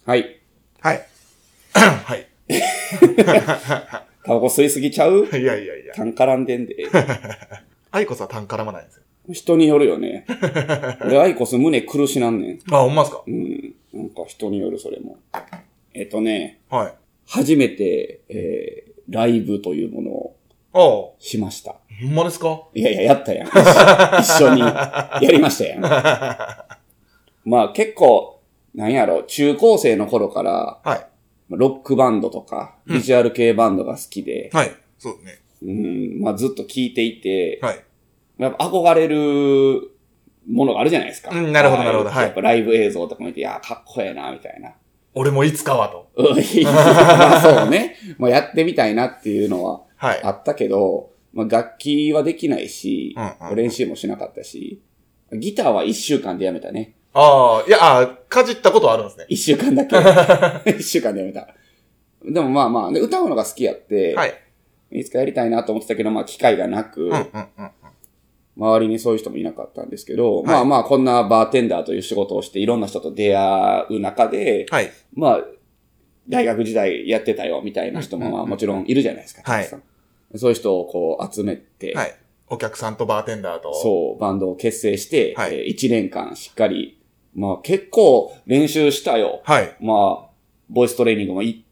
はい。 はい。はい。 タバコ吸いすぎちゃう？ いや。 単絡んでんで。 アイコスは単絡まないんですよ。 人によるよね。俺アイコス胸苦しなんねん。 あ、ほんまですか？ うん。なんか人によるそれも。 はい。 初めて、ライブというものをしました。 ほんまですか？ いや、やったやん。一緒にやりましたやん。まあ結構、なんやろ、中高生の頃から、 はい。 ロックバンドとか、ビジュアル系バンドが好きで、 はい。そうですね。まあずっと聴いていて、 はい。 やっぱ憧れるものがあるじゃないですか。 なるほど、なるほど。はい。 やっぱライブ映像とか見て、いや、かっこええな、みたいな。 俺もいつかはと。 まあそうね。もうやってみたいなっていうのはあったけど、まあ楽器はできないし、練習もしなかったし、ギターは1週間でやめたね。 ああ、いや、かじったことはあるんですね。 1週間だけ。1週間でやめた。でもまあまあ、歌うのが好きやって、はい。いつかやりたいなと思ってたけど、まあ機会がなく、周りにそういう人もいなかったんですけど、はい、まあまあこんなバーテンダーという仕事をしていろんな人と出会う中で、はい、まあ大学時代やってたよみたいな人もまあもちろんいるじゃないですか。はい、そういう人をこう集めて、はい、 お客さんとバーテンダーと、 そう、バンドを結成して、はい、1年間しっかり、まあ結構練習したよ。はい、まあ、ボイストレーニングも行って、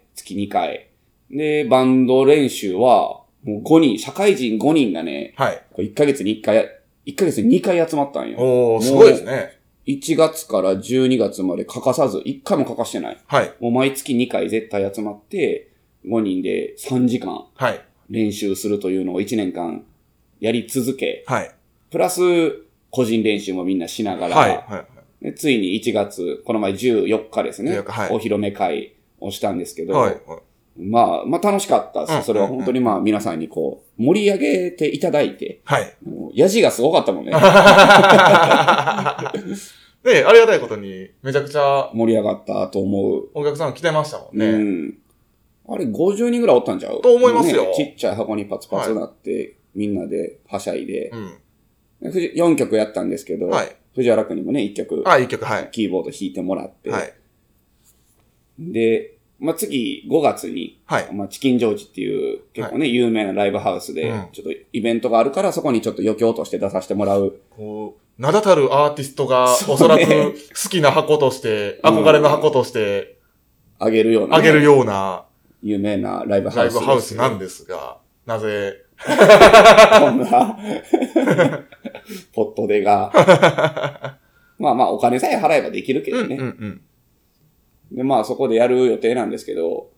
月2回。で、バンド練習は、もう5人、社会人5人がね、はい。1ヶ月に1回、1ヶ月に2回集まったんよ。 おー、すごいですね。 1月から12月まで欠かさず、1回も欠かしてない。はい。もう毎月2回絶対集まって、5人で3時間、はい。練習するというのを1年間やり続け、はい。プラス、個人練習もみんなしながら、はい。はい。でついに1月、この前14日ですね。はい。お披露目会をしたんですけど、はい。まあ楽しかったです。それは本当にまあ皆さんにこう、盛り上げていただいて。はい。ヤジがすごかったもんね。 ねありがたいことに、めちゃくちゃ盛り上がったと思う。 お客さん来てましたもんね。うん。 あれ50人ぐらいおったんちゃう？ と思いますよ。 ね、ちっちゃい箱にパツパツなって、はい、みんなではしゃいで。うん。4曲やったんですけど、はい。藤原くんにもね、1曲。 1曲、はい。 キーボード弾いてもらって。はい。で、まあ、次、5月に、はい。まあ、チキンジョージっていう、結構ね、はい、有名なライブハウスで、ちょっとイベントがあるから、そこにちょっと余興として出させてもらう。 こう、名だたるアーティストが、おそらく好きな箱として、憧れの箱として、 あげるような、 あげるような、 有名なライブハウス。 ライブハウスなんですが、なぜ、 こんな、ポットでが。まあまあ、お金さえ払えばできるけどね。で、まあそこでやる予定なんですけど、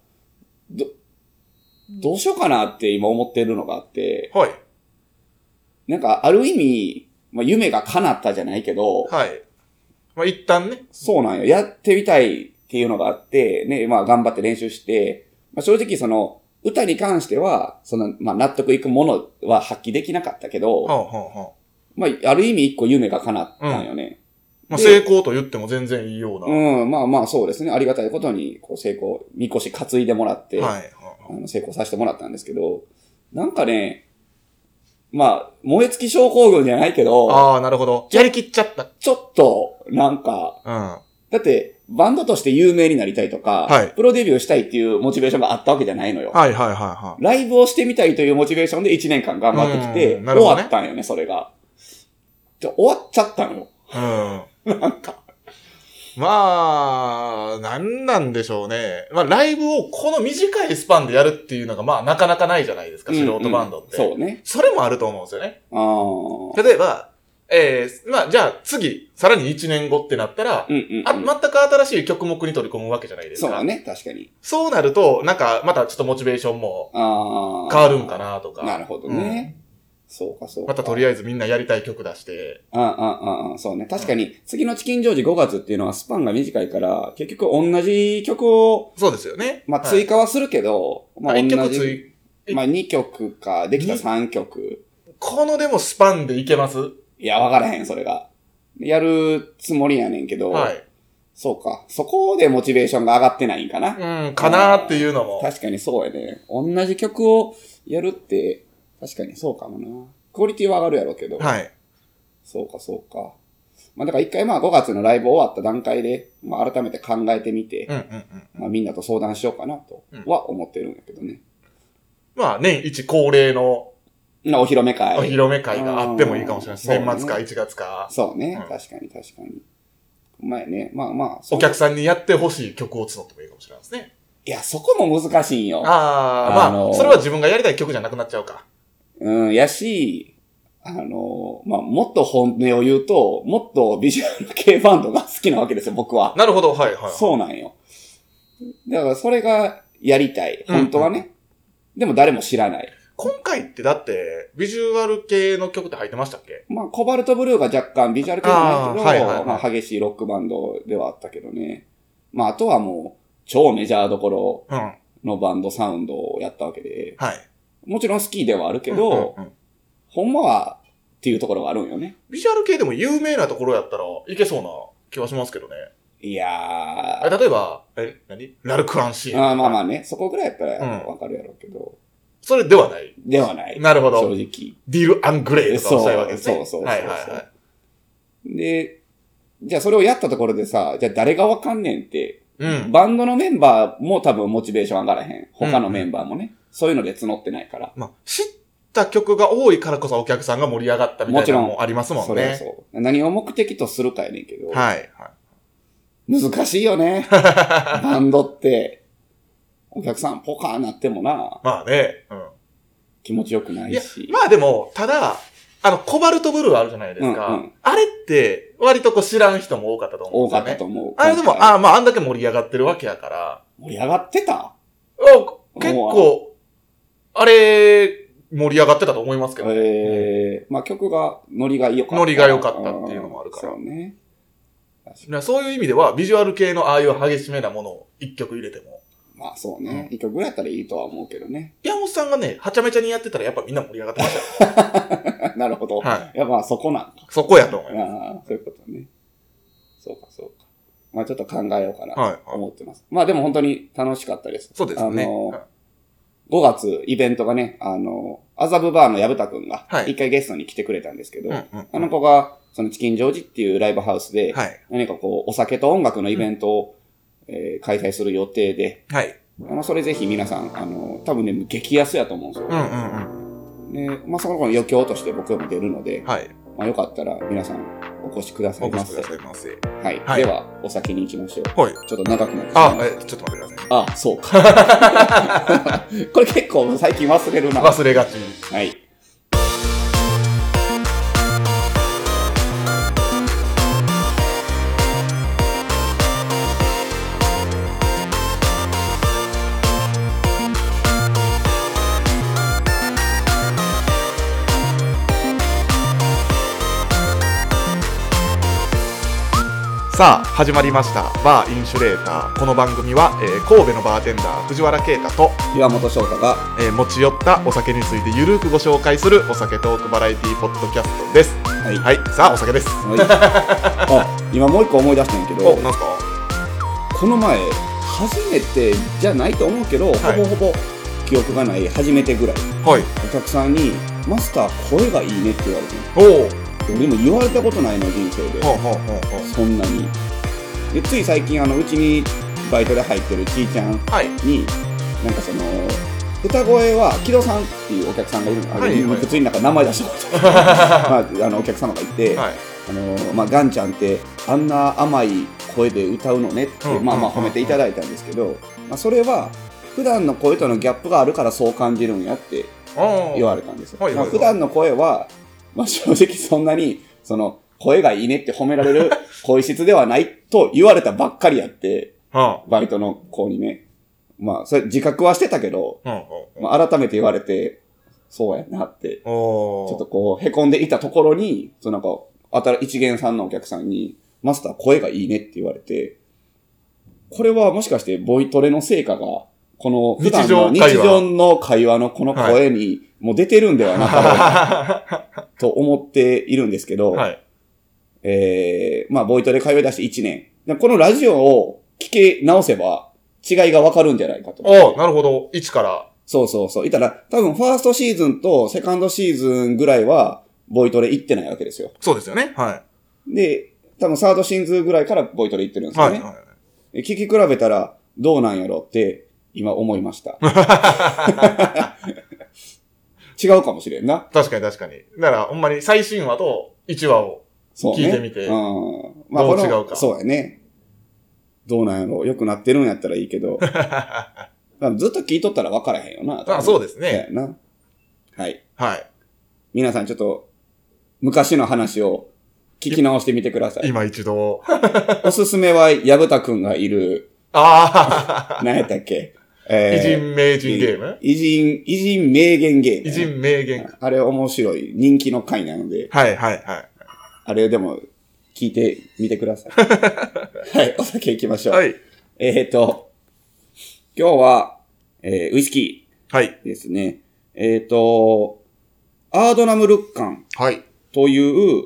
どうしようかなって今思ってるのがあって、はい。なんかある意味、まあ夢が叶ったじゃないけど、はい。 まあ一旦ね。 そうなんよ。やってみたいっていうのがあって、ね、まあ頑張って練習して、まあ正直その、歌に関しては、その、まあ納得いくものは発揮できなかったけど、まあある意味一個夢が叶ったんよね。 まあ、成功と言っても全然いいような。 うん、まあまあそうですね。ありがたいことに、こう成功、みこし担いでもらって、はい、成功させてもらったんですけど、なんかね、まあ、燃え尽き症候群じゃないけど、 ああ、なるほど。やりきっちゃった。 ちょっと、なんか、だって、バンドとして有名になりたいとか、はい、プロデビューしたいっていうモチベーションがあったわけじゃないのよ。 はいはいはいはい。 ライブをしてみたいというモチベーションで1年間頑張ってきて、終わったんよね、それが。終わっちゃったのよ。なんか。 まあ、なんなんでしょうね。まあ、ライブをこの短いスパンでやるっていうのが、まあ、なかなかないじゃないですか、素人バンドって。 そうね。 それもあると思うんですよね。例えば、まあ、じゃあ次、さらに1年後ってなったら、全く新しい曲目に取り込むわけじゃないですか。 そうだね、確かに。 そうなると、なんか、またちょっとモチベーションも変わるんかなとか。 なるほどね。そうか。 またとりあえずみんなやりたい曲出して。 そうね。確かに、次のチキンジョージ5月っていうのはスパンが短いから、結局同じ曲を、 そうですよね。 まあ追加はするけど、まあ同じ、まあ2曲か、できた3曲。 このでもスパンでいけます？ いや、わからへん、それが。やるつもりやねんけど、はい。そうか。そこでモチベーションが上がってないんかな。 かなーっていうのも。 確かにそうやね。同じ曲をやるって、確かにそうかもな。クオリティは上がるやろうけど。はい。そうか。 まあだから一回まあ5月のライブ終わった段階で、まあ改めて考えてみて、まあみんなと相談しようかなとは思ってるんだけどね。 まあ年一恒例のお披露目会。 お披露目会があってもいいかもしれないです。年末か1月か。 そうね。確かに。前ね。まあ。 お客さんにやってほしい曲を募ってもいいかもしれないですね。 いや、そこも難しいんよ。 まあ、それは自分がやりたい曲じゃなくなっちゃうか。 やし、まあ、もっと本音を言うと、もっとビジュアル系バンドが好きなわけですよ、僕は。 なるほど、はい。 そうなんよ。だからそれがやりたい。本当はね。でも誰も知らない。 今回ってだって、ビジュアル系の曲って入ってましたっけ？ まあ、コバルトブルーが若干ビジュアル系じゃないけど、まあ、激しいロックバンドではあったけどね。まあ、あとはもう、超メジャーどころのバンドサウンドをやったわけで、もちろん好きではあるけど、ほんまはっていうところがあるんよね。 ビジュアル系でも有名なところやったらいけそうな気はしますけどね。 いやー。 例えば、ラルクアンシー。 まあね、そこぐらいやったらわかるやろうけど。 それではない。 ではない。 なるほど。 正直。 ディル・アングレイとかをしたいわけですね。 そう。で、じゃあそれをやったところでさ、じゃあ誰がわかんねんって、バンドのメンバーも多分モチベーション上がらへん。他のメンバーもね。そういうので募ってないから。 まあ、知った曲が多いからこそお客さんが盛り上がったみたいなのもありますもんね。 そう。何を目的とするかやねんけど。 はい。 難しいよね。バンドって、お客さんポカーなってもな。 まあね。 気持ちよくないし。 まあでも、ただ、コバルトブルーあるじゃないですか。あれって、割と知らん人も多かったと思うんですよね。 多かったと思う。 あれでも、まああんだけ盛り上がってるわけやから。 盛り上がってた？ 結構、あれ、盛り上がってたと思いますけどね。 まあ曲が、ノリが良かった。 ノリが良かったっていうのもあるから。 そうね。 そういう意味では、ビジュアル系のああいう激しめなものを一曲入れても。 まあそうね。一曲ぐらいやったらいいとは思うけどね。 山本さんがね、はちゃめちゃにやってたらやっぱみんな盛り上がってましたよ。 なるほど。はい。いやまあそこなんか。 そこやと思います。 ああ、そういうことね。そうか。まあちょっと考えようかなと思ってます。まあでも本当に楽しかったです。 そうですね。 5月イベントがね、麻布バーの矢蓋くんが一回ゲストに来てくれたんですけど、あの子がそのチキンジョージっていうライブハウスで、何かこうお酒と音楽のイベントを、開催する予定で、それぜひ皆さん、多分ね、激安やと思うんですよ。で、まあその子の余興として僕も出るので、まあよかったら皆さんお越しくださいませ。はい。では、お酒に行きましょう。ちょっと長くなってしまいました。 ちょっと待ってください。 そうか。これ結構最近忘れるな。 忘れがち。 はい。 さあ始まりましたバーインシュレーター。この番組は、神戸のバーテンダー藤原啓太と岩本翔太が、 持ち寄ったお酒についてゆるくご紹介するお酒トークバラエティポッドキャストです。はい、さあお酒です。 今もう一個思い出したんやけど、 なんすか？ この前初めてじゃないと思うけど、ほぼほぼ記憶がない初めてぐらい、お客さんにマスター声がいいねって言われて、でも言われたことないの人生で、そんなに。でつい最近うちにバイトで入ってるちーちゃんに、なんかその歌声は木戸さんっていうお客さんがいるの。普通になんか名前出したことまあお客様がいて、まあガンちゃんってあんな甘い声で歌うのねって、まあ褒めていただいたんですけど、まあそれは普段の声とのギャップがあるからそう感じるんやって言われたんですよ。普段の声はまあ正直そんなに、声がいいねって褒められる声質ではないと言われたばっかりやって、バイトの子にね。まあ、それ自覚はしてたけど、まあ、改めて言われて、そうやなって、ちょっとこう、凹んでいたところに、なんか、一元さんのお客さんに、マスター声がいいねって言われて、これはもしかしてボイトレの成果が、この普段の日常の会話のこの声にもう出てるんではなかろうと思っているんですけど、まあボイトレ通い出して1年。このラジオを聞き直せば違いがわかるんじゃないかと。 なるほど。1から。 そう。いたら多分ファーストシーズンとセカンドシーズンぐらいはボイトレ行ってないわけですよ。 そうですよね。 で、 多分サードシンズぐらいからボイトレ行ってるんですよね。はいはい、聞き比べたらどうなんやろって今思いました。違うかもしれんな。 確かに確かに。だからほんまに最新話と1話を聞いてみて、どう違うか。 そうやね。どうなんやろ良くなってるんやったらいいけど。ずっと聞いとったら分からへんよな。 あ、そうですね。 な。はい。 はい。 皆さんちょっと昔の話を聞き直してみてください。 今一度。 おすすめは矢蓋くんがいる。何やったっけ偉人名人ゲーム偉人名言ゲーム。 偉人名言。 あれ面白い人気の回なので。 はいはいはい。 あれでも聞いてみてください。はい、お酒行きましょう。 はい。 今日は、ウイスキーですね。はい、アードナムルッカンという、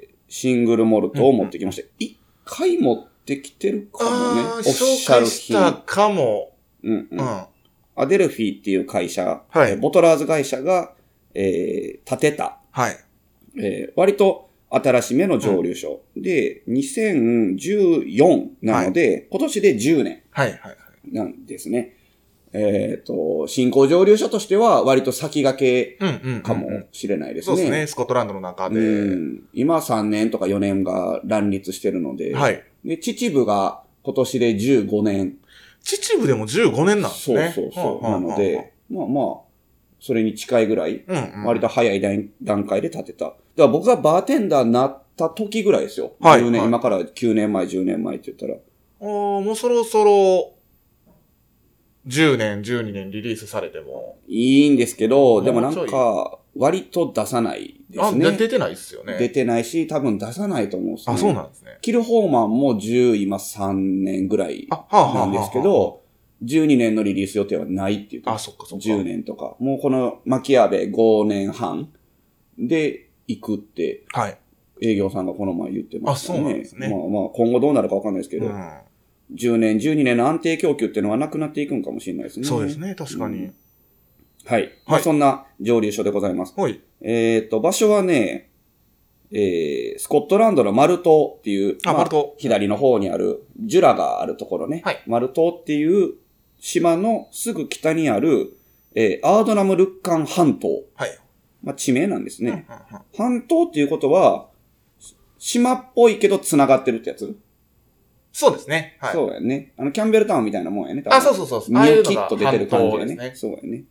シングルモルトを持ってきました。一回持ってきてるかもね。オフィシャル品。 したかも。 うんうん。アデルフィーっていう会社、はい、ボトラーズ会社が、建てた、はい、割と新しめの蒸留所、で、2014なので、はい、今年で10年なんですね。新興蒸留所としては割と先駆けかもしれないですね。 そうですね。スコットランドの中で。 今3年とか4年が乱立してるので、はい、で秩父が今年で15年。 秩父でも15年なんですね。 そう。なので、まあ、それに近いぐらい、割と早い段階で建てた。だから僕がバーテンダーになった時ぐらいですよ。はい、10年、今から9年前、10年前って言ったら。 もうそろそろ、10年、12年リリースされても。 いいんですけど、でもなんか、割と出さないですね。 出てないっすよね。 出てないし、多分出さないと思うんですね。 そうなんですね。 キルホーマンも今3年ぐらいなんですけど、12年のリリース予定はないって言って、 そっか。 10年とか。もうこのマキアベ5年半で行くって、はい、営業さんがこの前言ってましたね。そうなんですね。まあ今後どうなるかわかんないですけど、10年、12年の安定供給っていうのはなくなっていくんかもしれないですね。 そうですね、確かに。 はい。まあ、そんな蒸留所でございます。はい。場所はね、スコットランドのマル島っていう、マル島。左の方にある、ジュラがあるところね。はい。マル島っていう島のすぐ北にある、アードナムルッカン半島。はい。まあ、地名なんですね。半島っていうことは、島っぽいけど繋がってるってやつ？ そうですね。 はい。そうやね。キャンベルタウンみたいなもんやね。 そう。 ニョキッと出てる感じやね。そうやね。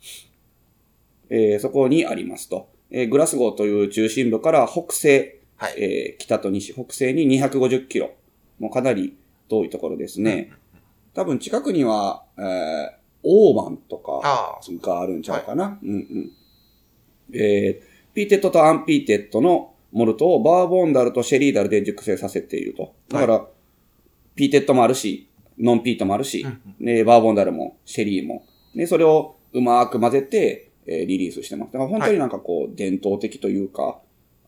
そこにありますと。グラスゴーという中心部から北西、はい、北と西、北西に250キロ。もうかなり遠いところですね。多分近くには、オーバンとかがあるんちゃうかな。ピーテッドとアンピーテッドのモルトをバーボンダルとシェリーダルで熟成させていると。だから、ピーテッドもあるし、ノンピートもあるし、でバーボンダルもシェリーも。で、それをうまく混ぜて、リリースしてます。だから本当になんかこう、伝統的というか、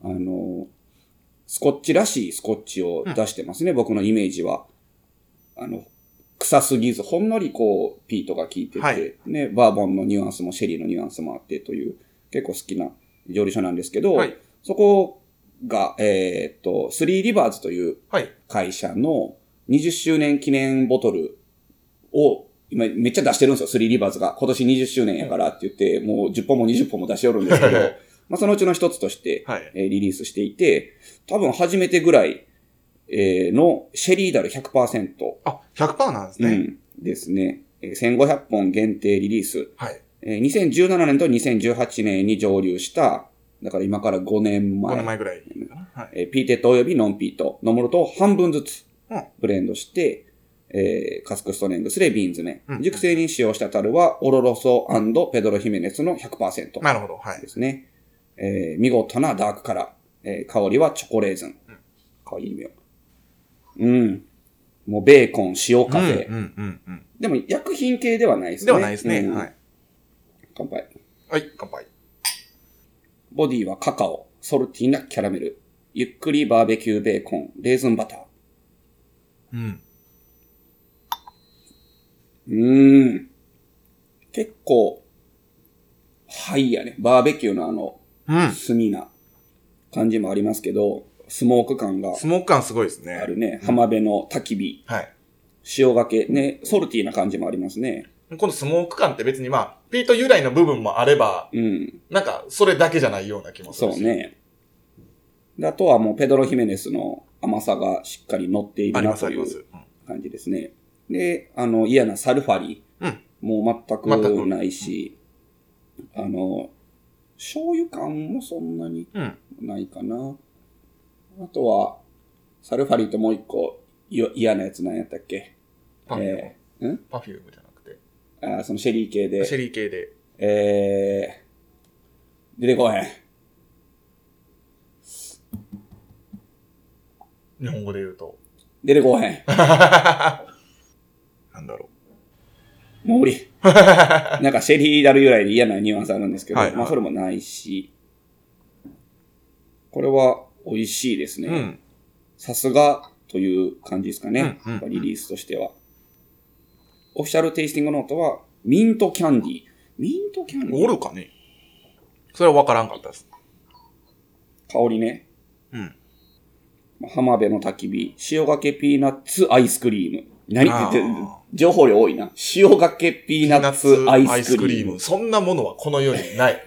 スコッチらしいスコッチを出してますね、僕のイメージは。臭すぎず、ほんのりこう、ピートが効いてて、ね、バーボンのニュアンスもシェリーのニュアンスもあってという、結構好きな蒸留所なんですけど、そこが、スリーリバーズという会社の20周年記念ボトルを今めっちゃ出してるんですよ、スリーリバーズが。今年20周年やからって言って、もう10本も20本も出しおるんですけど、まあそのうちの一つとして、リリースしていて、多分初めてぐらい、のシェリーダル 100%。 100% なんですね。 ですね。1500本限定リリース。はい。2017年と2018年に蒸留した、だから今から5年前。 5年前ぐらい。 ピーテッドおよびノンピートのものと半分ずつブレンドして、カスクストレングスで瓶詰め。熟成に使用した樽は、オロロソ&ペドロヒメネスの 100%。 なるほど。はい。 ですね。見事なダークカラー。香りはチョコレーズン。香り妙。もうベーコン、塩カフェ。でも薬品系ではないですね。 ではないですね。はい。 乾杯。 はい、乾杯。 ボディはカカオ、ソルティーなキャラメル。ゆっくりバーベキューベーコン、レーズンバター。結構、ハイやね。バーベキューの炭な感じもありますけど、 スモーク感が。 スモーク感すごいですね。 あるね。浜辺の焚き火。 はい。 塩がけ。ね、ソルティーな感じもありますね。 このスモーク感って別にピート由来の部分もあれば、なんか、それだけじゃないような気もするし。 そうね。で、あとはもうペドロ・ヒメネスの甘さがしっかり乗っているなという感じですね。で、嫌なサルファリ。もう全くないし、醤油感もそんなにないかな。あとは、サルファリともう一個嫌なやつなんやったっけ？ パフュームじゃなくて。 そのシェリー系で。 シェリー系で。 出てこへん。 日本語で言うと。 出てこへん。 なんだろう。もう無理。なんかシェリーダル由来で嫌なニュアンスあるんですけど、まあそれもないし。これは美味しいですね。さすがという感じですかね。リリースとしては。オフィシャルテイスティングノートは、ミントキャンディー。ミントキャンディーおるかね？それは分からんかったです。 香りね。浜辺の焚き火、塩がけピーナッツアイスクリーム。何って言って、情報量多いな。塩がけピーナッツアイスクリーム。 そんなものはこの世にない。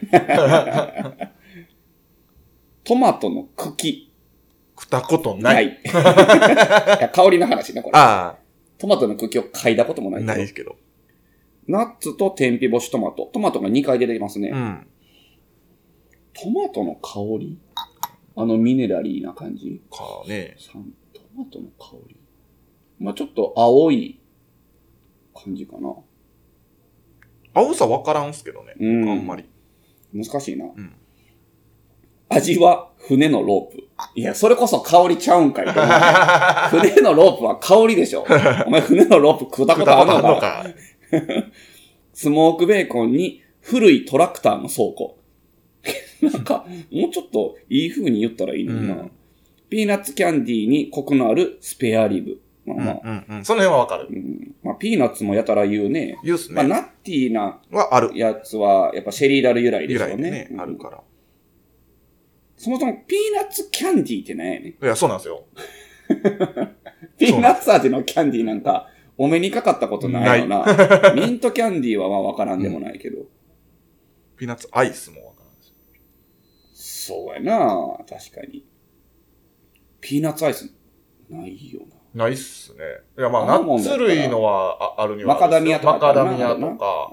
トマトの茎。 食ったことない。 いや香りの話ね、これ。トマトの茎を嗅いだこともないけど。 ないですけど。 ナッツと天日干しトマト。トマトが2回出てきますね。トマトの香り？ミネラリーな感じかね。 トマトの香り。まあ、ちょっと青い感じかな。 青さ分からんすけどね。あんまり。 難しいな。味は船のロープ。いや、それこそ香りちゃうんかい。船のロープは香りでしょ。お前船のロープ食ったことあるのか。スモークベーコンに古いトラクターの倉庫。なんか、もうちょっといい風に言ったらいいのにな。ピーナッツキャンディーにコクのあるスペアリブ。 その辺はわかる。 ピーナッツもやたら言うね。 言うっすね。 ナッティーなやつは、やっぱシェリーダル由来ですよね。 由来でね、あるから。 そもそもピーナッツキャンディーって何やねん。 いや、そうなんですよ。 ピーナッツ味のキャンディーなんか、お目にかかったことないよな。ミントキャンディーはまあわからんでもないけど。 ピーナッツアイスもわからんし。そうやな、確かに。ピーナッツアイス、ないよな。 ないっすね。いや、まあ、ナッツ類のはあるにはマカダミアとか。 マカダミアとか、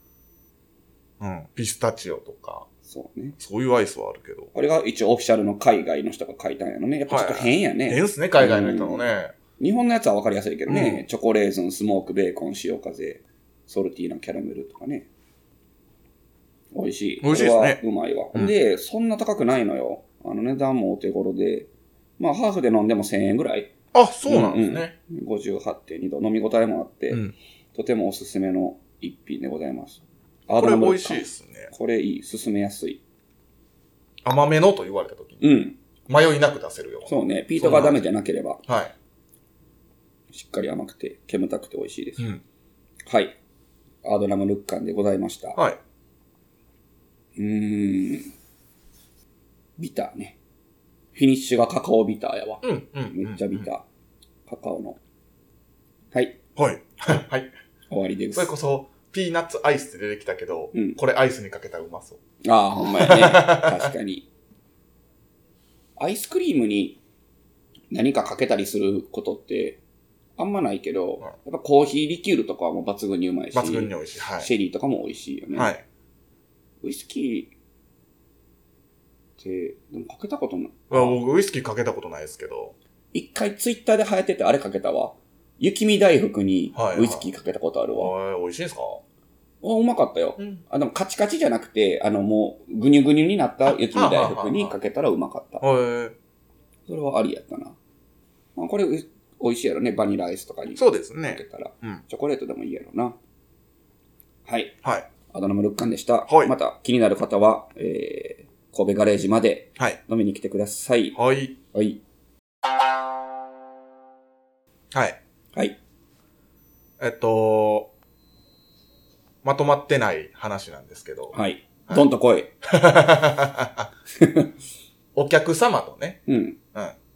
ピスタチオとか。 そうね。 そういうアイスはあるけど。 これが一応オフィシャルの海外の人が書いたんやろね。やっぱちょっと変やね。 変っすね、海外の人のね。 日本のやつはわかりやすいけどね。チョコレーズン、スモークベーコン、潮風、ソルティーなキャラメルとかね。美味しい。 美味しいですね。 うまいわ。で、そんな高くないのよ。値段もお手頃で。まあ、ハーフで飲んでも1000円ぐらい。 あ、そうなんですね。 58.2 度。飲み応えもあって、とてもおすすめの一品でございます。 これ美味しいですね。 これいい。進めやすい。 甘めのと言われたときに。迷いなく出せるよ。 そうね。ピートがダメじゃなければ。 はい。 しっかり甘くて、煙たくて美味しいです。はい。アードラムルッカンでございました。 はい。 ビターね。フィニッシュがカカオビターやわ。めっちゃビター。カカオの。はい。 はい。はい。 終わりです。 それこそ、ピーナッツアイスって出てきたけど、これアイスにかけたらうまそう。 ああ、ほんまやね。確かに。アイスクリームに何かかけたりすることってあんまないけど、やっぱコーヒーリキュールとかはもう抜群にうまいし。 抜群に美味しい。はい。 シェリーとかも美味しいよね。 はい。 ウイスキーって、でもかけたことない。 僕ウイスキーかけたことないですけど。 一回ツイッターで流行っててあれかけたわ。雪見大福にウイスキーかけたことあるわ。 美味しいんですか？ うまかったよ。でもカチカチじゃなくて、もうぐにゅぐにゅになった雪見大福にかけたらうまかった。それはありやったな。まあ、これ美味しいやろね。バニラアイスとかにそうですね。 かけたら。チョコレートでもいいやろな。はい。 はい。 アドナムルッカンでした。 はい。 また気になる方は、神戸ガレージまで飲みに来てください。 はい。 はい。 はい。 はい。 まとまってない話なんですけど。 はい。どんと来い。 お客様とね。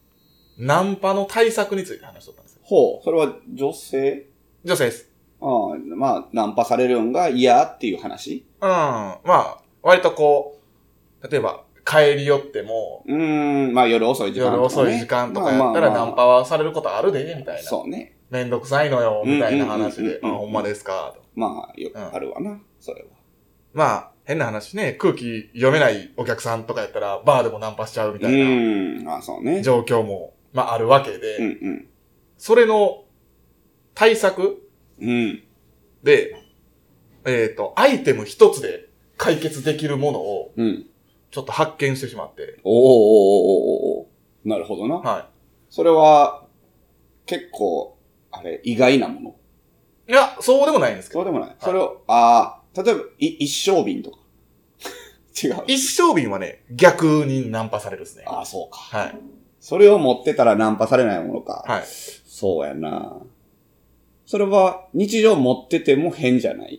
ナンパの対策について話しとったんですよ。 ほう。それは女性です。 ああ、まあ、ナンパされるのが嫌っていう話？ まあ、割とこう、例えば、帰り寄っても、 まあ夜遅い時間とか、ね。 夜遅い時間とかやったらナンパはされることあるで、みたいな。 そうね。 めんどくさいのよ、みたいな話で、ほんまですかと。 まあ、よくあるわな、それは。 まあ、変な話ね、空気読めないお客さんとかやったら、バーでもナンパしちゃうみたいな。 そうね。 状況も、まあ、あるわけで、それの対策で、アイテム一つで解決できるものを、ちょっと発見してしまって。 なるほどな。 はい。 それは、結構、意外なもの？ いや、そうでもないんですけど。 そうでもない。はい、それを、例えば、一升瓶とか。違う。 一升瓶はね、逆にナンパされるですね。 そうか。 はい。 それを持ってたらナンパされないものか。 はい。 そうやな。それは、日常持ってても変じゃない？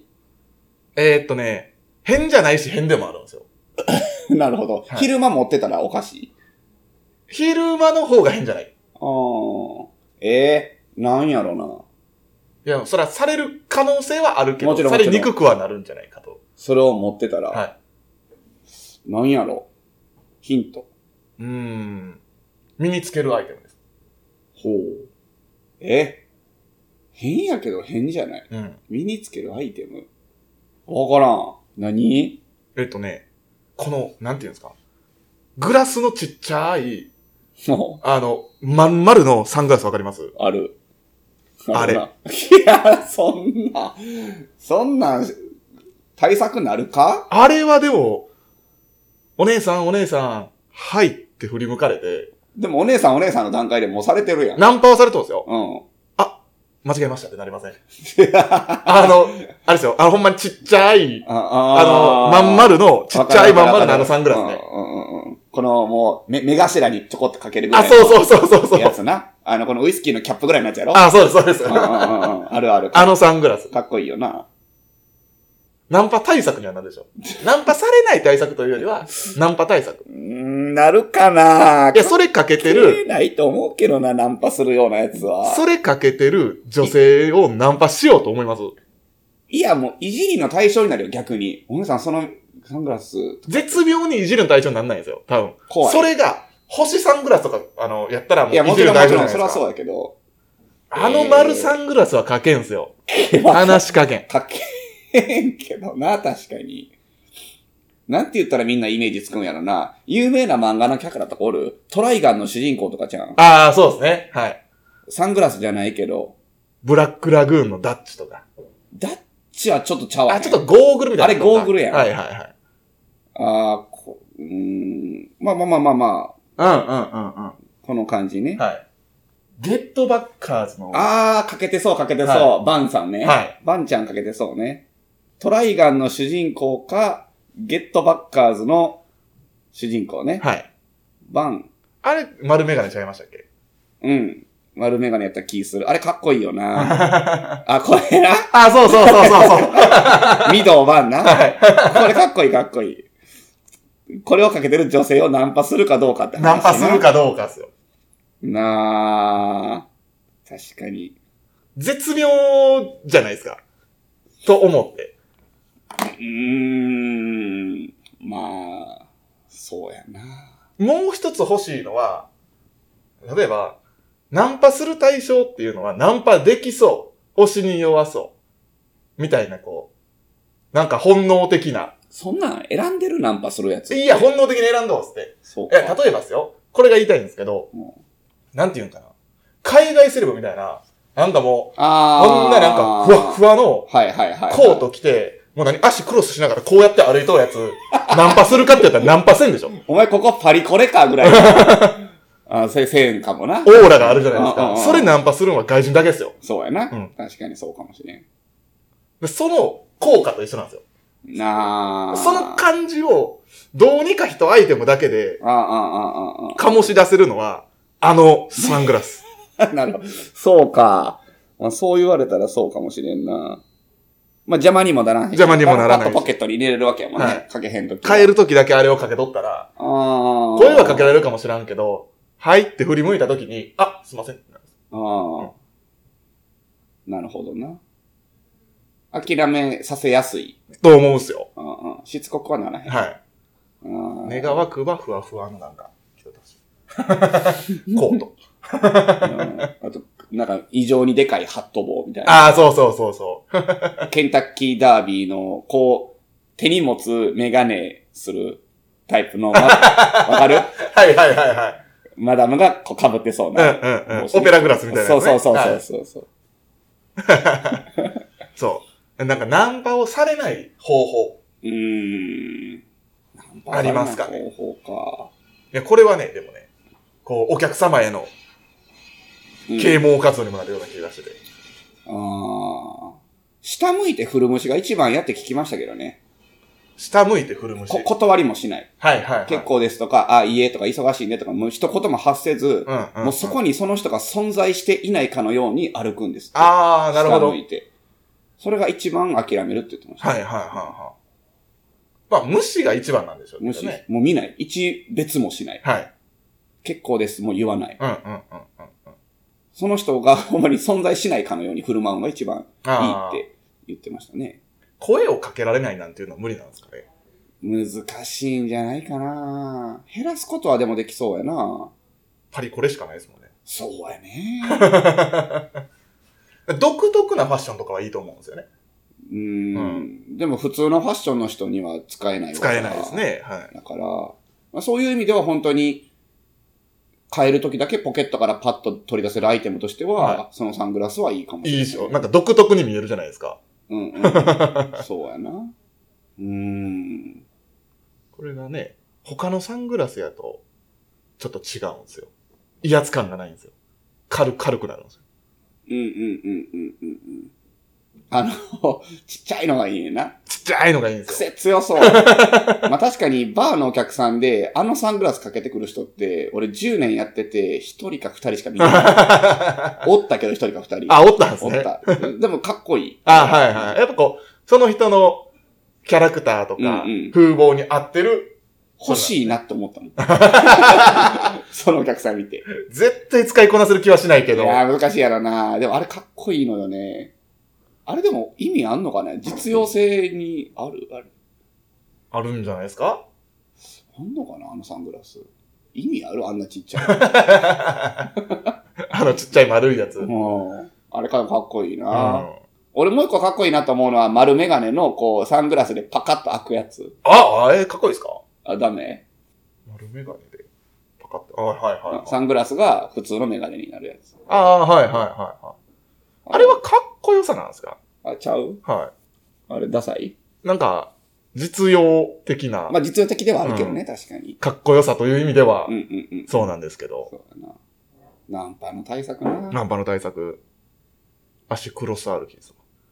変じゃないし変でもあるんですよ。 なるほど、はい。昼間持ってたらおかしい？ 昼間の方が変じゃない。 なんやろな。 いや、それはされる可能性はあるけど、 もちろんされにくくはなるんじゃないかと。 それを持ってたら。 はい。 なんやろ。ヒント。 身につけるアイテムです。 ほう。変やけど変じゃない？身につけるアイテム？わからん。何？ この、なんていうんですか。グラスのちっちゃい、まん丸のサングラスわかります？ ある。 あれ。いや、そんな、対策なるか？ あれはでも、お姉さん、はいって振り向かれて。 でもお姉さんの段階でもうされてるやん。 ナンパはされてるんですよ。間違えましたってなりません？あれですよ。ほんまにちっちゃい、まん丸の、ちっちゃいまん丸のサングラスね。 このもう、目頭にちょこっとかけるぐらい。 そう。 やつな。このウイスキーのキャップぐらいのやつやろ？ そうです。 ある。 サングラス。 かっこいいよな。 ナンパ対策にはなるでしょ。ナンパされない対策というよりは、ナンパ対策。 なるかな？ いや、それかけてる。 ないと思うけどな、ナンパするようなやつは。 それかけてる女性をナンパしようと思います？ いや、もう、いじりの対象になるよ、逆に。お姉さん、そのサングラス。 絶妙にいじりの対象にならないんですよ、多分。 怖い。 それが、星サングラスとか、やったらもういじりの対象じゃないですか。いや、もちろん、それはそうだけど。 丸サングラスはかけんすよ。話しかけん。 かけんけどな、確かに。なんて言ったらみんなイメージつくんやろな。有名な漫画のキャラとかおる？トライガンの主人公とかじゃん。 そうですね。はい。 サングラスじゃないけど。 ブラックラグーンのダッチとか。 ダッチはちょっとちゃうわ。 ちょっとゴーグルみたいな。 あれゴーグルやん。 はい。 まあ。この感じね。 はい。ゲットバッカーズの。 かけてそう。はい、バンさんね。 はい。 バンちゃんかけてそうね。トライガンの主人公か、ゲットバッカーズの主人公ね。 はい。 バン。 あれ、丸メガネちゃいましたっけ？ 丸メガネやった気する。あれかっこいいよな。これな。 そう。 ミドバンな。 はい。 これかっこいい。これをかけてる女性をナンパするかどうかって話。 ナンパするかどうかですよ。 確かに。 絶妙じゃないですか。と思って。 そうやな。 もう一つ欲しいのは、例えば、ナンパする対象っていうのはナンパできそう。推しに弱そう。みたいななんか本能的な。 そんなん選んでるナンパするやつ。 いや、本能的に選んどうっすって。 そうか。 例えばですよ。これが言いたいんですけど、なんて言うんかな。海外セレブみたいな、なんかもう、こんななんかふわふわの、コート着て、もう足クロスしながらこうやって歩いとるやつ、ナンパするかって言ったらナンパせんでしょ。 お前ここパリコレかぐらい。せんかもな。 オーラがあるじゃないですか。それナンパするのは外人だけですよ。 そうやな。確かにそうかもしれん。 でその効果と一緒なんですよ。その感じを、どうにか一アイテムだけで、醸し出せるのは、サングラス。 なるほど。そうか。そう言われたらそうかもしれんな。邪魔にもならない。 邪魔にもならない。 パッとポケットに入れれるわけやもんね。かけへんとき。 変えるときだけあれをかけとったら、声はかけられるかもしらんけど、 はいって振り向いたときに、あ、すいません。 ああ。なるほどな。諦めさせやすい。 と思うんすよ。 しつこくはならへん。 はい。願わくばふわふわのなんか、着てほしい。コート。 あと、なんか異常にでかいハット帽みたいな。 ああ、そう。 ケンタッキーダービーの、こう、手に持つメガネするタイプの、わかる？ はい。 マダムがこう被ってそうな。 オペラグラスみたいなやつ、ね。 そう。 そう。なんかナンパをされない方法。ありますかね。 方法か。 いや、これはね、でもね、こう、お客様への啓蒙活動にもなるような気がしてて。 下向いて振る虫が一番やって聞きましたけどね。 下向いて振る虫。 断りもしない。 はい。 結構ですとか、いいえとか忙しいねとか、もう一言も発せず、もうそこにその人が存在していないかのように歩くんですって。 なるほど。 下向いて。それが一番諦めるって言ってました。 はい。まあ、無視が一番なんでしょうね。 無視。もう見ない。別もしない。 はい。 結構です。もう言わない。その人がほんまに存在しないかのように振る舞うのが一番いいって言ってましたね。 声をかけられないなんていうのは無理なんですかね。 難しいんじゃないかな。減らすことはでもできそうやな。 パリこれしかないですもんね。 そうやね。 独特なファッションとかはいいと思うんですよね。 でも普通のファッションの人には使えないわけ使えないですね。はい。 だから、まあ、そういう意味では本当に、買えるときだけポケットからパッと取り出せるアイテムとしては、そのサングラスはいいかもしれない。 いいですよ。なんか独特に見えるじゃないですか。 そうやな。 これがね、他のサングラスやと、ちょっと違うんですよ。威圧感がないんですよ。軽くなるんですよ。 ちっちゃいのがいいねんな。 ちっちゃいのがいいんですよ。 癖強そう。まあ確かにバーのお客さんで、サングラスかけてくる人って、俺10年やってて、1人か2人しか見ない。おったけど1人か2人。 おったんですね。 おった。でもかっこいい。 はい。やっぱこう、その人のキャラクターとか、風貌に合ってる。 欲しいなって思ったもん。そのお客さん見て。 絶対使いこなせる気はしないけど。 いや難しいやろな。でもあれかっこいいのよね。あれでも意味あんのかね？実用性にあるんじゃないですか？ あんのかなサングラス。意味ある？あんなちっちゃい。ちっちゃい丸いやつ。 あれかっこいいな。俺もう一個かっこいいなと思うのは丸メガネのこうサングラスでパカッと開くやつ。 かっこいいですか？ダメ？ 丸メガネでパカッと。はい。 サングラスが普通のメガネになるやつ。 はい。あれはかっこよさなんですか？ ちゃう？ はい。 あれ、ダサい？ なんか、実用的な。 まあ実用的ではあるけどね、確かに。 かっこよさという意味では、そうなんですけど。 そうだな。ナンパの対策な。 ナンパの対策。足クロス歩きです。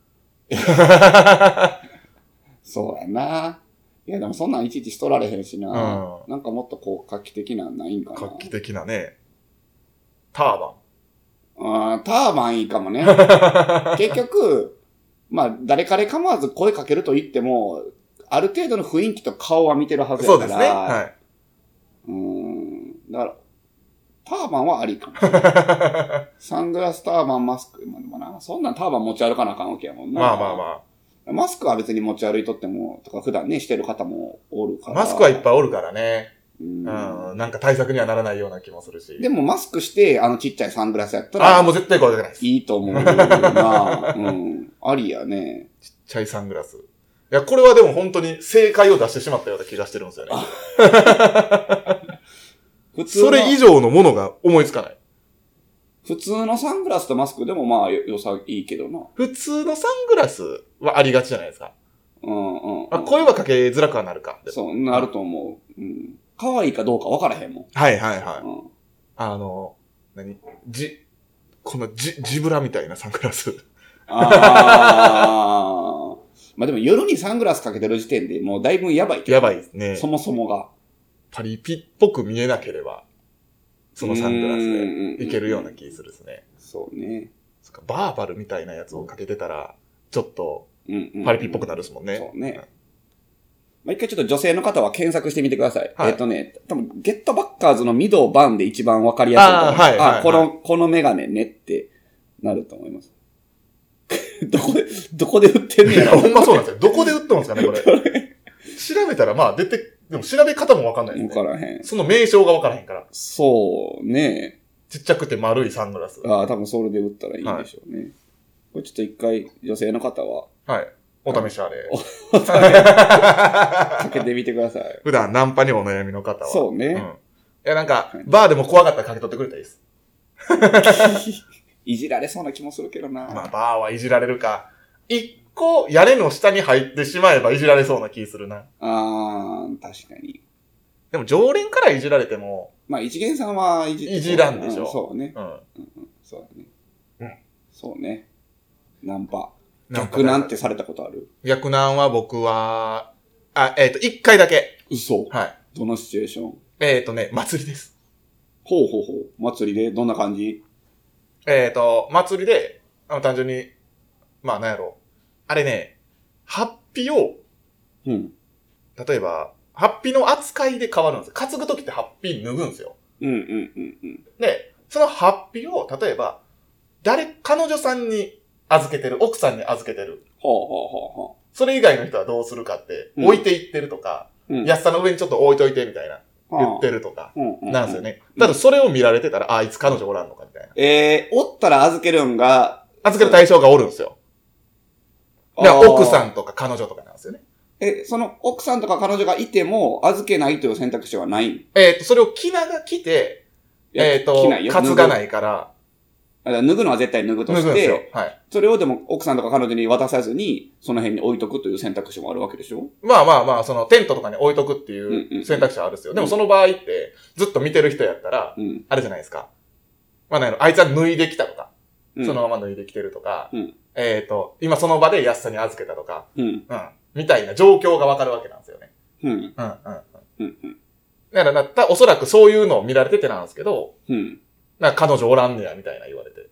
そうやな。いやでもそんなんいちいちしとられへんしな。なんかもっとこう画期的なんないんかな。 画期的なね。ターバン。ターバンいいかもね。結局、まあ誰彼構わず声かけると言っても、ある程度の雰囲気と顔は見てるはずやから。 そうですね。はい。 だから、ターバンはありかも。サングラス、ターバン、マスク。でもな、そんなんターバン持ち歩かなあかんわけやもんな。 まあ。 マスクは別に持ち歩いとっても、とか普段ね、してる方もおるから。 マスクはいっぱいおるからね。なんか対策にはならないような気もするし。 でもマスクして、ちっちゃいサングラスやったら。 もう絶対声かけないです。 いいと思うな。ありやね。 ちっちゃいサングラス。いや、これはでも本当に正解を出してしまったような気がしてるんですよね。それ以上のものが思いつかない。 普通のサングラスとマスクでもまあ良さいいけどな。 普通のサングラスはありがちじゃないですか。声はかけづらくはなるか。 そう、なると思う。可愛いかどうか分からへんもん。 はい。このジブラみたいなサングラス。 まあでも夜にサングラスかけてる時点でもうだいぶやばいけど。 やばいですね。 そもそもが。 パリピっぽく見えなければ、そのサングラスでいけるような気するですね。 そうね。 バーバルみたいなやつをかけてたら、ちょっと、パリピっぽくなるですもんね。 そうね。 まあ、一回ちょっと女性の方は検索してみてください。はい、多分、ゲットバッカーズのミドバンで一番わかりやすいと思います。このメガネねってなると思います。どこで売ってんねやろ。 ほんまそうなんですよ。どこで売ってますかね、これ。調べたら、まあ、でも調べ方もわかんないですね。 わからへん。 その名称がわからへんから。 そうね。 ちっちゃくて丸いサングラス。 多分それで売ったらいいんでしょうね。これちょっと一回、女性の方は。 はい。お試しあれ。 かけてみてください。 普段ナンパにお悩みの方は。 そうね。 いや、なんか、バーでも怖かったらかけ取ってくれたらいいです。 いじられそうな気もするけどな。 まあ、バーはいじられるか。一個、屋根の下に入ってしまえばいじられそうな気するな。 確かに。 でも常連からいじられても。 まあ、一元さんはいじらんでしょ。 そうね。そうだね。そうね。ナンパ。逆ナンってされたことある？ 逆ナンは僕は、一回だけ。 嘘？ はい。 どのシチュエーション？ 祭りです。 ほう。祭りでどんな感じ？ 祭りで、単純に、まあ、なんやろ。あれね、ハッピを、例えば、ハッピの扱いで変わるんですよ。担ぐときってハッピ脱ぐんですよ。で、そのハッピを、例えば、彼女さんに預けてる、奥さんに預けてる。それ以外の人はどうするかって、置いていってるとか、安さの上にちょっと置いといてみたいな、言ってるとか、なんですよね。ただそれを見られてたら、いつ彼女おらんのかみたいな。 おったら預けるんが、 預ける対象がおるんですよ。奥さんとか彼女とかなんですよね。 その奥さんとか彼女がいても、預けないという選択肢はない？ それを着なが来て、担がないから、 脱ぐのは絶対脱ぐとして、はい、それをでも奥さんとか彼女に渡さずに、その辺に置いとくという選択肢もあるわけでしょ？ まあ、そのテントとかに置いとくっていう選択肢はあるんですよ。でもその場合って、ずっと見てる人やったら、あれじゃないですか。まあ、あいつは脱いできたとか、そのまま脱いできてるとか、今その場で安さに預けたとか、みたいな状況がわかるわけなんですよね。だからおそらくそういうのを見られててなんですけど、彼女おらんねや、みたいな言われて。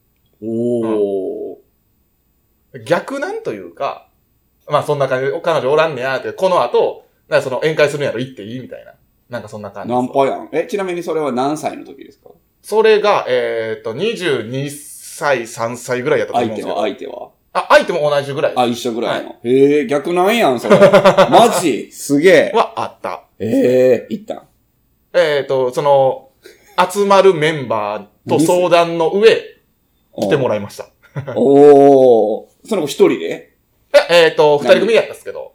逆なんというか、まあそんな感じで、彼女おらんねや、って、この後、その宴会するんやろ、行っていいみたいな。なんかそんな感じ。 ナンパやん。ちなみにそれは何歳の時ですか？ それが、22歳、3歳ぐらいやったと思うんですけど。 相手は相手も同じぐらい。 一緒ぐらいの。逆なんやん、それ。マジすげえ。 はあった。 行ったん？ その、集まるメンバーと相談の上、来てもらいました。 その子一人で？ 二人組やったんですけど。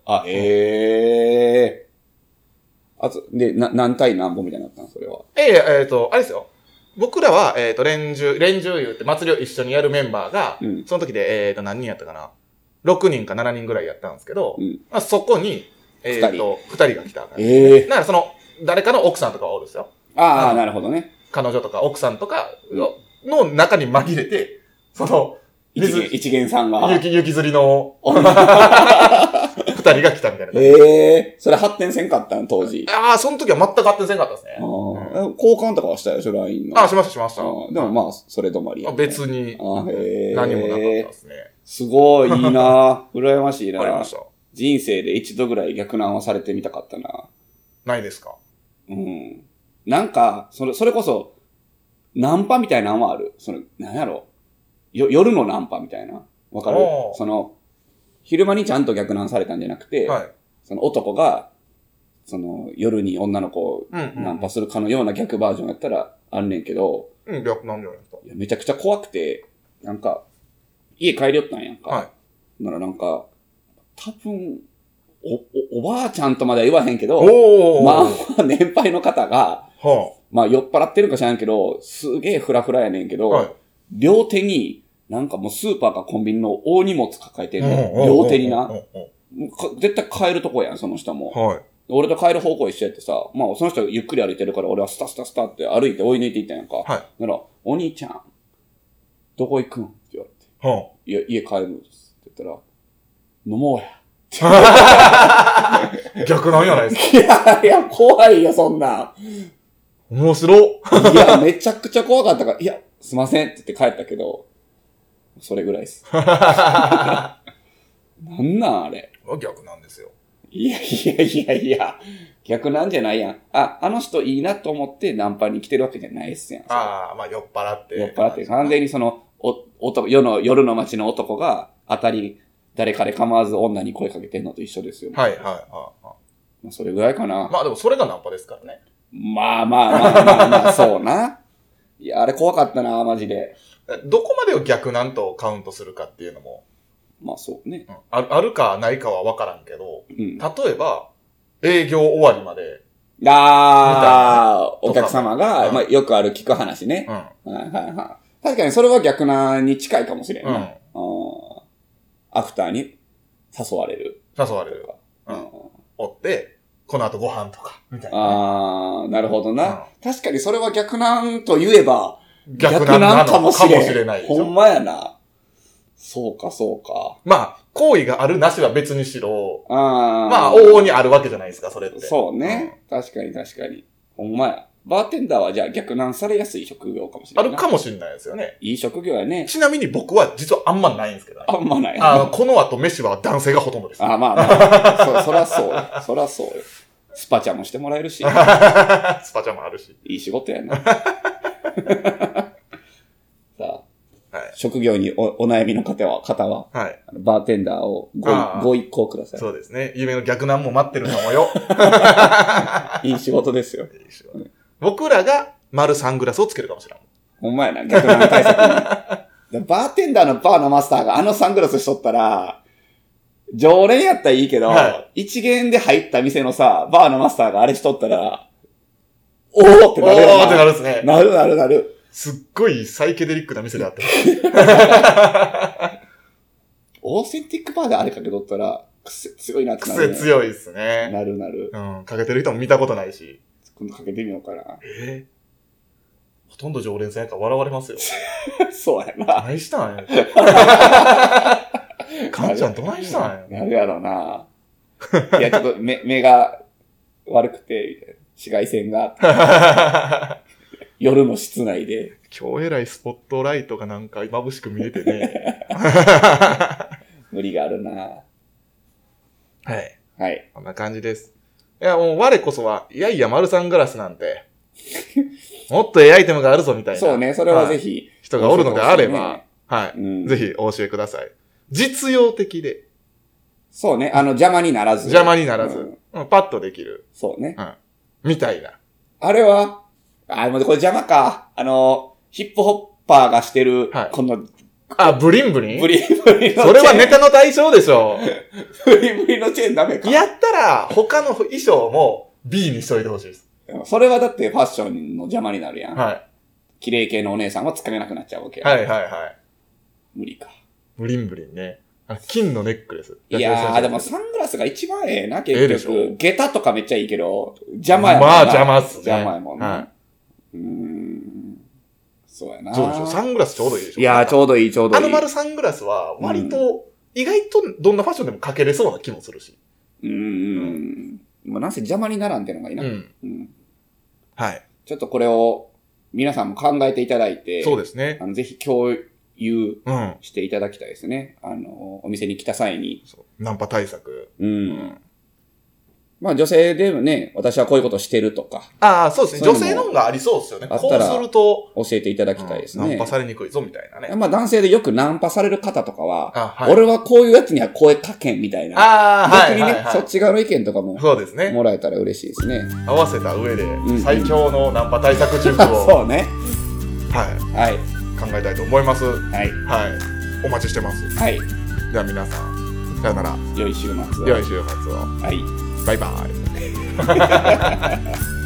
で、何対何本みたいになったんそれは。 あれですよ。僕らは、連中言って祭りを一緒にやるメンバーが、その時で、何人やったかな ?6 人か7人ぐらいやったんですけど、まあ、そこに、二人が来た。だからその、誰かの奥さんとかはおるんですよ。 なるほどね。 彼女とか奥さんとかの中に紛れて、その、 一元さんが。 雪吊りの、二人が来たみたいな。 それ発展せんかったの当時。 その時は全く発展せんかったですね。 交換とかはしたよ、LINE の。 しました。 でもまあ、それ止まりや。 別に、何もなかったですね。 すごい、いいな羨ましいなありました。 人生で一度ぐらい逆難はされてみたかったな。 ないですか？ なんか、それこそ、ナンパみたいなのはある。なんやろ。夜のナンパみたいな。わかる？昼間にちゃんと逆難されたんじゃなくて、その男が、夜に女の子をナンパするかのような逆バージョンやったらあんねんけど、 逆なんじゃないですか？ めちゃくちゃ怖くて、なんか、家帰りよったんやんか。ならなんか、多分、おばあちゃんとまでは言わへんけど、まあ、年配の方が、まあ、酔っ払ってるか知らんけど、すげえフラフラやねんけど、両手に、なんかもうスーパーかコンビニの大荷物抱えてんの。両手にな。絶対帰るとこやん、その人も。俺と帰る方向一緒やってさ、まあ、その人ゆっくり歩いてるから、俺はスタって歩いて追い抜いていったんやんか。なら、お兄ちゃん、どこ行くんって言われて。家帰るんですって言ったら、飲もうや。 逆なんやないですか。いや、怖いよ、そんな。 面白。 いや、めちゃくちゃ怖かったから、いや、すいませんって言って帰ったけど、それぐらいです。なんなんあれ。 逆なんですよ。 いや、逆なんじゃないやん。あの人いいなと思ってナンパに来てるわけじゃないっすやん。 まあ酔っ払って。 完全にその、夜の街の男が誰彼構わず女に声かけてんのと一緒ですよ。 はい。 それぐらいかな。 まあでもそれがナンパですからね。 まあ、そうな。いや、あれ怖かったな、マジで。 どこまでを逆なんとカウントするかっていうのも。 まあそうね。 あるかないかは分からんけど、例えば、営業終わりまで。 お客様が、まあよくある聞く話ね。確かにそれは逆なに近いかもしれんな。アフターに誘われる。おって、この後ご飯とか、みたいな。 なるほどな。確かにそれは逆なんと言えば、逆なんかもしれない。ほんまやな。そうか。 まあ、行為があるなしは別にしろ。まあ、往々にあるわけじゃないですか、それって。 そうね。確かに。ほんまや。バーテンダーはじゃあ逆難されやすい職業かもしれない。 あるかもしれないですよね。 いい職業やね。 ちなみに僕は実はあんまないんですけどね。 あんまない。 この後飯は男性がほとんどです。 まあ。そらそうよ。スパチャもしてもらえるし。 スパチャもあるし。 いい仕事やな。さあ、職業にお悩みの方は、バーテンダーをご一行ください。 そうですね。夢の逆難も待ってるかもよ。 いい仕事ですよ。 僕らが丸サングラスをつけるかもしれない。 ほんまやな、逆難対策に。バーテンダーのバーのマスターがあのサングラスしとったら、常連やったらいいけど、一元で入った店のさ、バーのマスターがあれしとったら、おーってなるよな。 おーってなるっすね。 なる。 すっごいサイケデリックな店であった。 オーセンティックバーであれかけとったら、癖強いなってなる、ね。癖強いっすね。 なる。 かけてる人も見たことないし。 今度かけてみようかな。 ほとんど常連さんやから笑われますよ。 そうやな。 何したんや。かんちゃんどないしたんや。 なるやろな。いや、ちょっと目が悪くて、みたいな。紫外線が。夜の室内で。 今日えらいスポットライトがなんか眩しく見えてね。 無理があるな。 はい。こんな感じです。いや、もう我こそは、いや丸サングラスなんて、もっとええアイテムがあるぞみたいな。 そうね、それはぜひ。 人がおるのであれば、ぜひお教えください。実用的で。 そうね、邪魔にならず。 パッとできる。 そうね。 みたいな。 あれは、もうこれ邪魔か。ヒップホッパーがしてる、この、 ブリンブリンのチェーン。 それはネタの対象でしょ。 ブリンのチェーンダメか。 やったら、他の衣装も B にしといてほしいです。 それはだってファッションの邪魔になるやん。綺麗系のお姉さんは使えなくなっちゃうわけや。無理か。 ブリンブリンね。金のネックレス。 いやー、でもサングラスが一番ええな、結局。下駄とかめっちゃいいけど、邪魔やもんな。 まあ邪魔っすね。 邪魔やもんな。そうやな。 そうでしょ。サングラスちょうどいいでしょ。 いやー、ちょうどいい。 丸サングラスは、割と、意外とどんなファッションでもかけれそうな気もするし。 もうなんせ邪魔にならんってのがいいな。 はい。 ちょっとこれを、皆さんも考えていただいて。 そうですね。 ぜひ共有していただきたいですね。お店に来た際に。 ナンパ対策。 まあ女性でもね、私はこういうことしてるとか。そうですね。女性の方がありそうですよね。こうすると。 教えていただきたいですね。 ナンパされにくいぞみたいなね。 まあ男性でよくナンパされる方とかは、俺はこういうやつには声かけんみたいな。逆にね、そっち側の意見とかも。 そうですね。 もらえたら嬉しいですね。 合わせた上で、最強のナンパ対策塾を。 そうね。 考えたいと思います。お待ちしてます。では皆さん、さよなら。 良い週末を。 良い週末を。 はい。 バイバイ。